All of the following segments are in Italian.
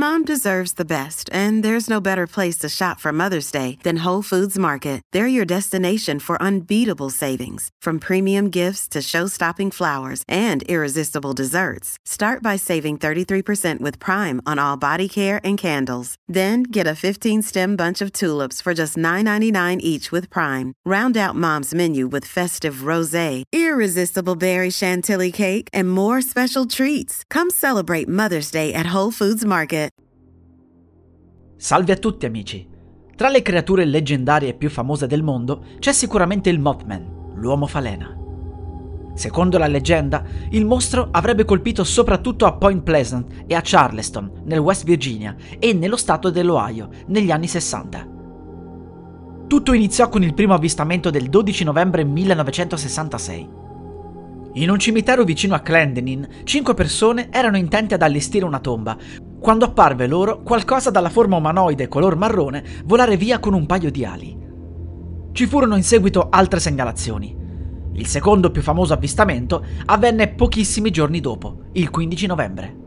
Mom deserves the best, and there's no better place to shop for Mother's Day than Whole Foods Market. They're your destination for unbeatable savings, from premium gifts to show-stopping flowers and irresistible desserts. Start by saving 33% with Prime on all body care and candles. Then get a 15-stem bunch of tulips for just $9.99 each with Prime. Round out Mom's menu with festive rosé, irresistible berry chantilly cake, and more special treats. Come celebrate Mother's Day at Whole Foods Market. Salve a tutti amici! Tra le creature leggendarie più famose del mondo c'è sicuramente il Mothman, l'uomo falena. Secondo la leggenda, il mostro avrebbe colpito soprattutto a Point Pleasant e a Charleston, nel West Virginia e nello stato dell'Ohio, negli anni 60. Tutto iniziò con il primo avvistamento del 12 novembre 1966. In un cimitero vicino a Clendenin, 5 persone erano intente ad allestire una tomba, quando apparve loro qualcosa dalla forma umanoide color marrone volare via con un paio di ali. Ci furono in seguito altre segnalazioni. Il secondo più famoso avvistamento avvenne pochissimi giorni dopo, il 15 novembre.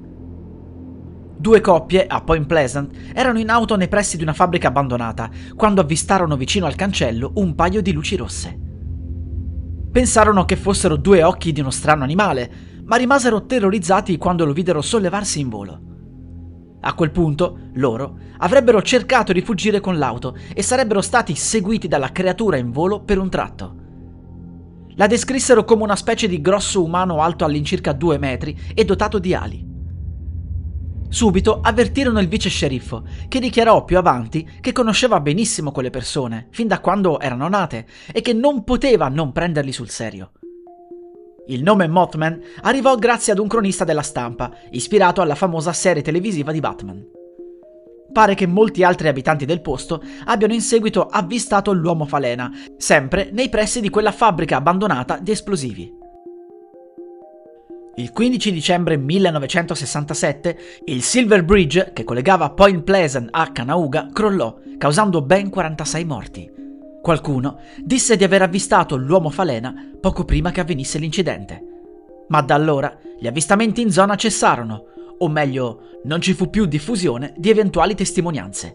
2 coppie, a Point Pleasant, erano in auto nei pressi di una fabbrica abbandonata, quando avvistarono vicino al cancello un paio di luci rosse. Pensarono che fossero 2 occhi di uno strano animale, ma rimasero terrorizzati quando lo videro sollevarsi in volo. A quel punto, loro avrebbero cercato di fuggire con l'auto e sarebbero stati seguiti dalla creatura in volo per un tratto. La descrissero come una specie di grosso umano alto all'incirca 2 metri e dotato di ali. Subito avvertirono il vice sceriffo, che dichiarò più avanti che conosceva benissimo quelle persone, fin da quando erano nate, e che non poteva non prenderli sul serio. Il nome Mothman arrivò grazie ad un cronista della stampa, ispirato alla famosa serie televisiva di Batman. Pare che molti altri abitanti del posto abbiano in seguito avvistato l'uomo falena, sempre nei pressi di quella fabbrica abbandonata di esplosivi. Il 15 dicembre 1967 il Silver Bridge, che collegava Point Pleasant a Canauga, crollò, causando ben 46 morti. Qualcuno disse di aver avvistato l'uomo falena poco prima che avvenisse l'incidente. Ma da allora gli avvistamenti in zona cessarono, o meglio, non ci fu più diffusione di eventuali testimonianze.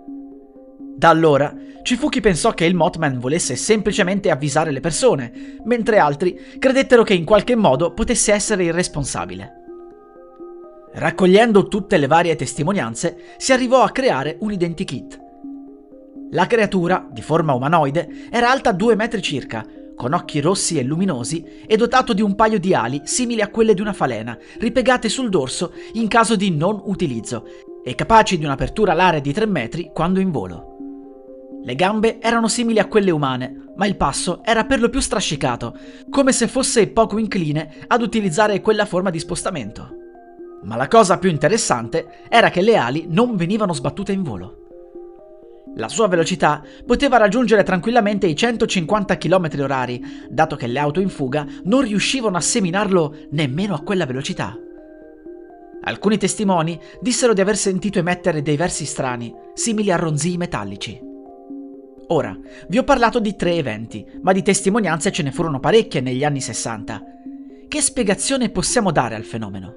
Da allora ci fu chi pensò che il Mothman volesse semplicemente avvisare le persone, mentre altri credettero che in qualche modo potesse essere il responsabile. Raccogliendo tutte le varie testimonianze, si arrivò a creare un identikit. La creatura, di forma umanoide, era alta 2 metri circa, con occhi rossi e luminosi e dotato di un paio di ali simili a quelle di una falena, ripiegate sul dorso in caso di non utilizzo e capaci di un'apertura alare di 3 metri quando in volo. Le gambe erano simili a quelle umane, ma il passo era per lo più strascicato, come se fosse poco incline ad utilizzare quella forma di spostamento. Ma la cosa più interessante era che le ali non venivano sbattute in volo. La sua velocità poteva raggiungere tranquillamente i 150 km/h, dato che le auto in fuga non riuscivano a seminarlo nemmeno a quella velocità. Alcuni testimoni dissero di aver sentito emettere dei versi strani, simili a ronzii metallici. Ora, vi ho parlato di 3 eventi, ma di testimonianze ce ne furono parecchie negli anni 60. Che spiegazione possiamo dare al fenomeno?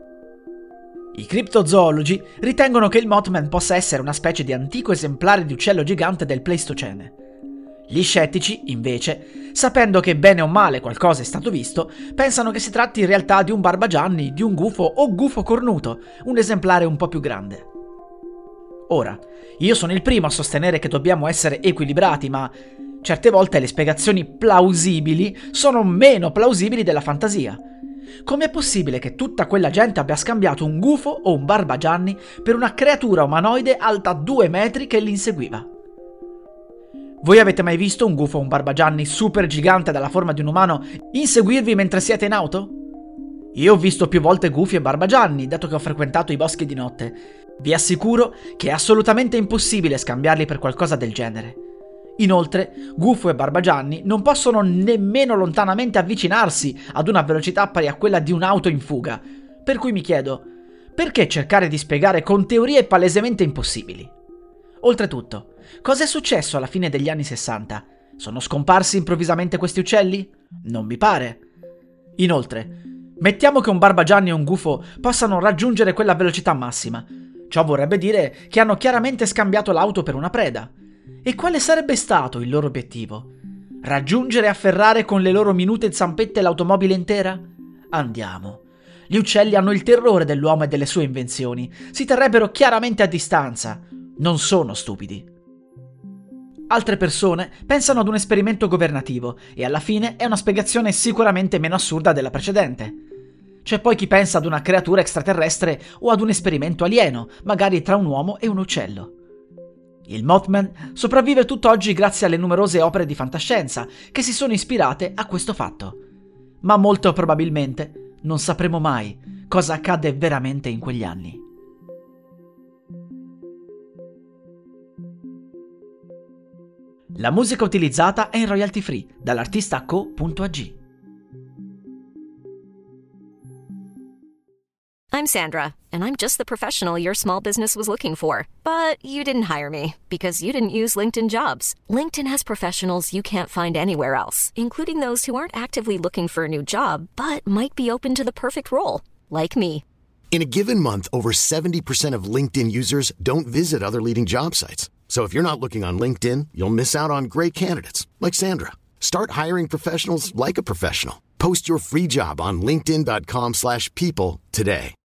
I criptozoologi ritengono che il Mothman possa essere una specie di antico esemplare di uccello gigante del Pleistocene. Gli scettici, invece, sapendo che bene o male qualcosa è stato visto, pensano che si tratti in realtà di un barbagianni, di un gufo o gufo cornuto, un esemplare un po' più grande. Ora, io sono il primo a sostenere che dobbiamo essere equilibrati, ma certe volte le spiegazioni plausibili sono meno plausibili della fantasia. Com'è possibile che tutta quella gente abbia scambiato un gufo o un barbagianni per una creatura umanoide alta 2 metri che li inseguiva? Voi avete mai visto un gufo o un barbagianni super gigante dalla forma di un umano inseguirvi mentre siete in auto? Io ho visto più volte gufi e barbagianni, dato che ho frequentato i boschi di notte. Vi assicuro che è assolutamente impossibile scambiarli per qualcosa del genere. Inoltre, gufo e barbagianni non possono nemmeno lontanamente avvicinarsi ad una velocità pari a quella di un'auto in fuga, per cui mi chiedo, perché cercare di spiegare con teorie palesemente impossibili? Oltretutto, cosa è successo alla fine degli anni 60? Sono scomparsi improvvisamente questi uccelli? Non mi pare. Inoltre, mettiamo che un barbagianni e un gufo possano raggiungere quella velocità massima. Ciò vorrebbe dire che hanno chiaramente scambiato l'auto per una preda. E quale sarebbe stato il loro obiettivo? Raggiungere e afferrare con le loro minute zampette l'automobile intera? Andiamo. Gli uccelli hanno il terrore dell'uomo e delle sue invenzioni. Si terrebbero chiaramente a distanza. Non sono stupidi. Altre persone pensano ad un esperimento governativo e alla fine è una spiegazione sicuramente meno assurda della precedente. C'è poi chi pensa ad una creatura extraterrestre o ad un esperimento alieno, magari tra un uomo e un uccello. Il Mothman sopravvive tutt'oggi grazie alle numerose opere di fantascienza che si sono ispirate a questo fatto. Ma molto probabilmente non sapremo mai cosa accadde veramente in quegli anni. La musica utilizzata è in royalty free dall'artista co.ag. I'm Sandra, and I'm just the professional your small business was looking for. But you didn't hire me because you didn't use LinkedIn Jobs. LinkedIn has professionals you can't find anywhere else, including those who aren't actively looking for a new job, but might be open to the perfect role, like me. In a given month, over 70% of LinkedIn users don't visit other leading job sites. So if you're not looking on LinkedIn, you'll miss out on great candidates like Sandra. Start hiring professionals like a professional. Post your free job on linkedin.com/people today.